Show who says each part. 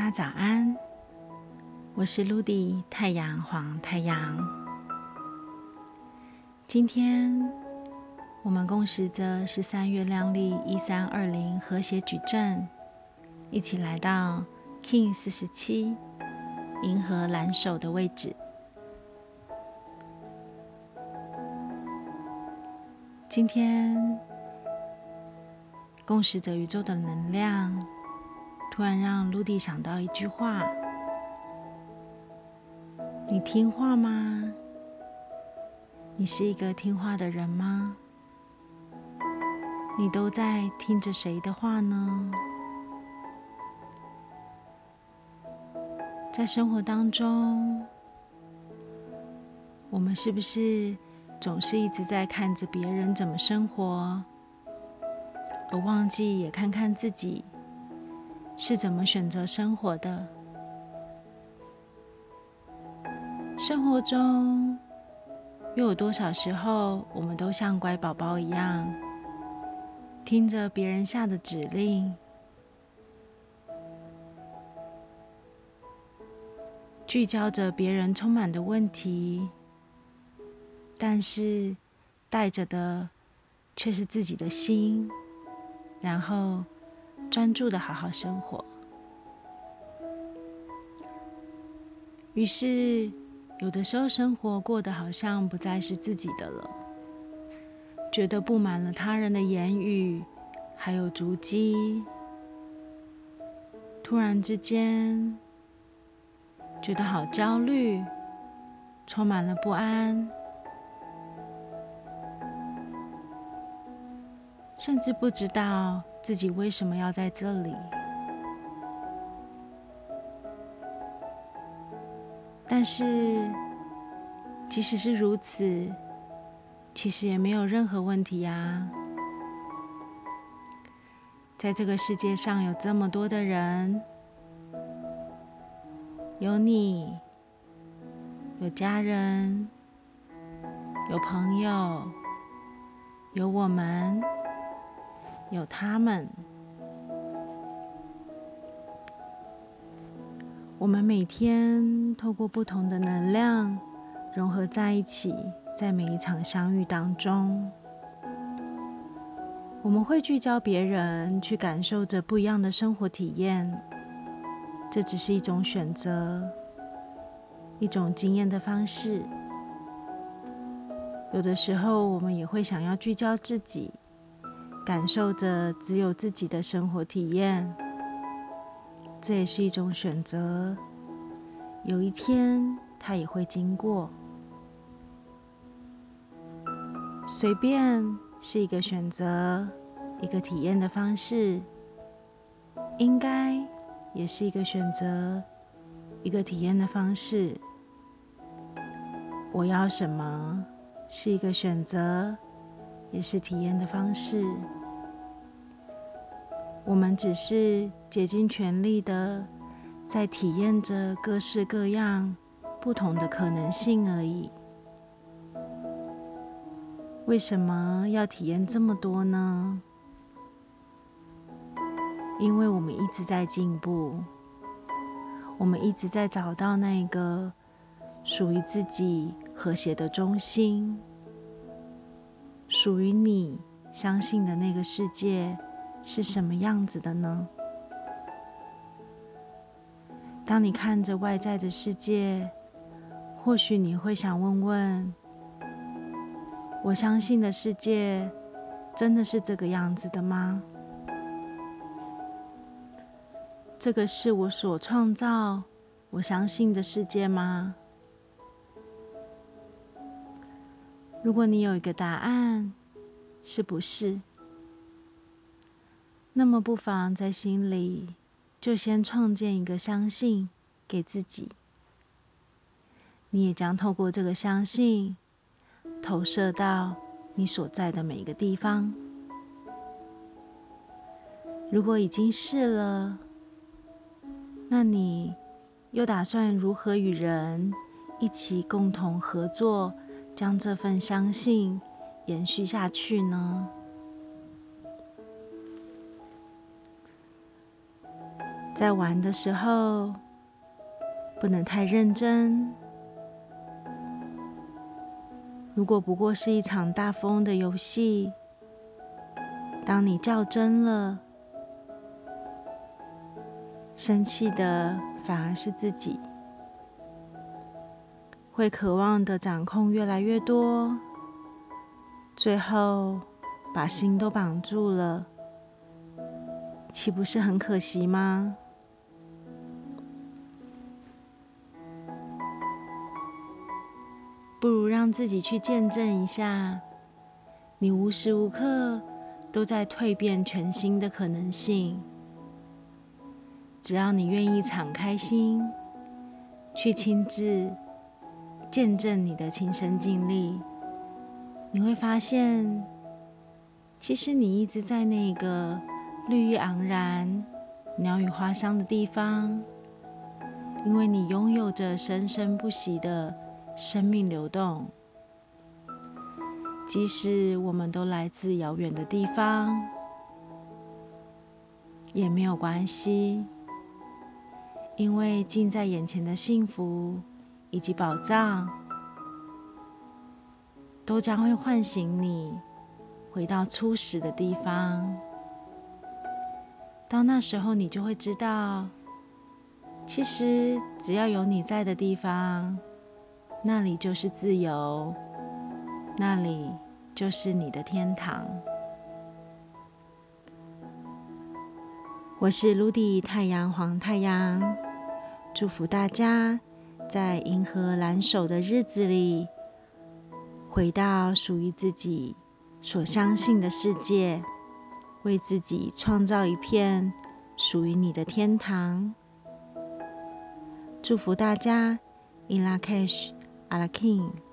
Speaker 1: 家早安，我是 Ludy 太阳黄太阳。今天我们共识着13月亮历1320和谐矩阵，一起来到 King 47银河蓝手的位置。今天共识着宇宙的能量，突然让 Ludy 想到一句话：你听话吗？你是一个听话的人吗？你都在听着谁的话呢？在生活当中，我们是不是总是一直在看着别人怎么生活，而忘记也看看自己是怎么选择生活的？生活中又有多少时候，我们都像乖宝宝一样，听着别人下的指令，聚焦着别人充满的问题，但是带着的却是自己的心，然后专注的好好生活。于是有的时候生活过得好像不再是自己的了，觉得布满了他人的言语还有足迹，突然之间觉得好焦虑，充满了不安，甚至不知道自己为什么要在这里。但是即使是如此，其实也没有任何问题啊。在这个世界上有这么多的人，有你，有家人，有朋友，有我们，有他们。我们每天透过不同的能量融合在一起，在每一场相遇当中，我们会聚焦别人，去感受着不一样的生活体验。这只是一种选择，一种经验的方式。有的时候我们也会想要聚焦自己，感受着只有自己的生活体验，这也是一种选择。有一天它也会经过。随便是一个选择，一个体验的方式，应该也是一个选择，一个体验的方式。我要什么是一个选择，也是体验的方式。我们只是竭尽全力的在体验着各式各样不同的可能性而已。为什么要体验这么多呢？因为我们一直在进步，我们一直在找到那个属于自己和谐的中心，属于你相信的那个世界是什么样子的呢？当你看着外在的世界，或许你会想问问，我相信的世界真的是这个样子的吗？这个是我所创造，我相信的世界吗？如果你有一个答案，是不是？那么不妨在心里就先创建一个相信给自己，你也将透过这个相信投射到你所在的每一个地方。如果已经是了，那你又打算如何与人一起共同合作，将这份相信延续下去呢？ 在玩的时候不能太认真。如果不过是一场大富翁的游戏，当你较真了，生气的反而是自己，会渴望的掌控越来越多，最后把心都绑住了，岂不是很可惜吗？不如让自己去见证一下，你无时无刻都在蜕变全新的可能性。只要你愿意敞开心，去亲自见证你的亲身经历，你会发现，其实你一直在那个绿意盎然、鸟语花香的地方，因为你拥有着生生不息的生命流动。即使我们都来自遥远的地方，也没有关系，因为近在眼前的幸福以及宝藏，都将会唤醒你回到初始的地方。到那时候，你就会知道，其实只要有你在的地方，那里就是自由，那里就是你的天堂。我是卢迪太阳黄太阳，祝福大家在银河蓝手的日子里，回到属于自己所相信的世界，为自己创造一片属于你的天堂。祝福大家 In Lak'ech Ala K'in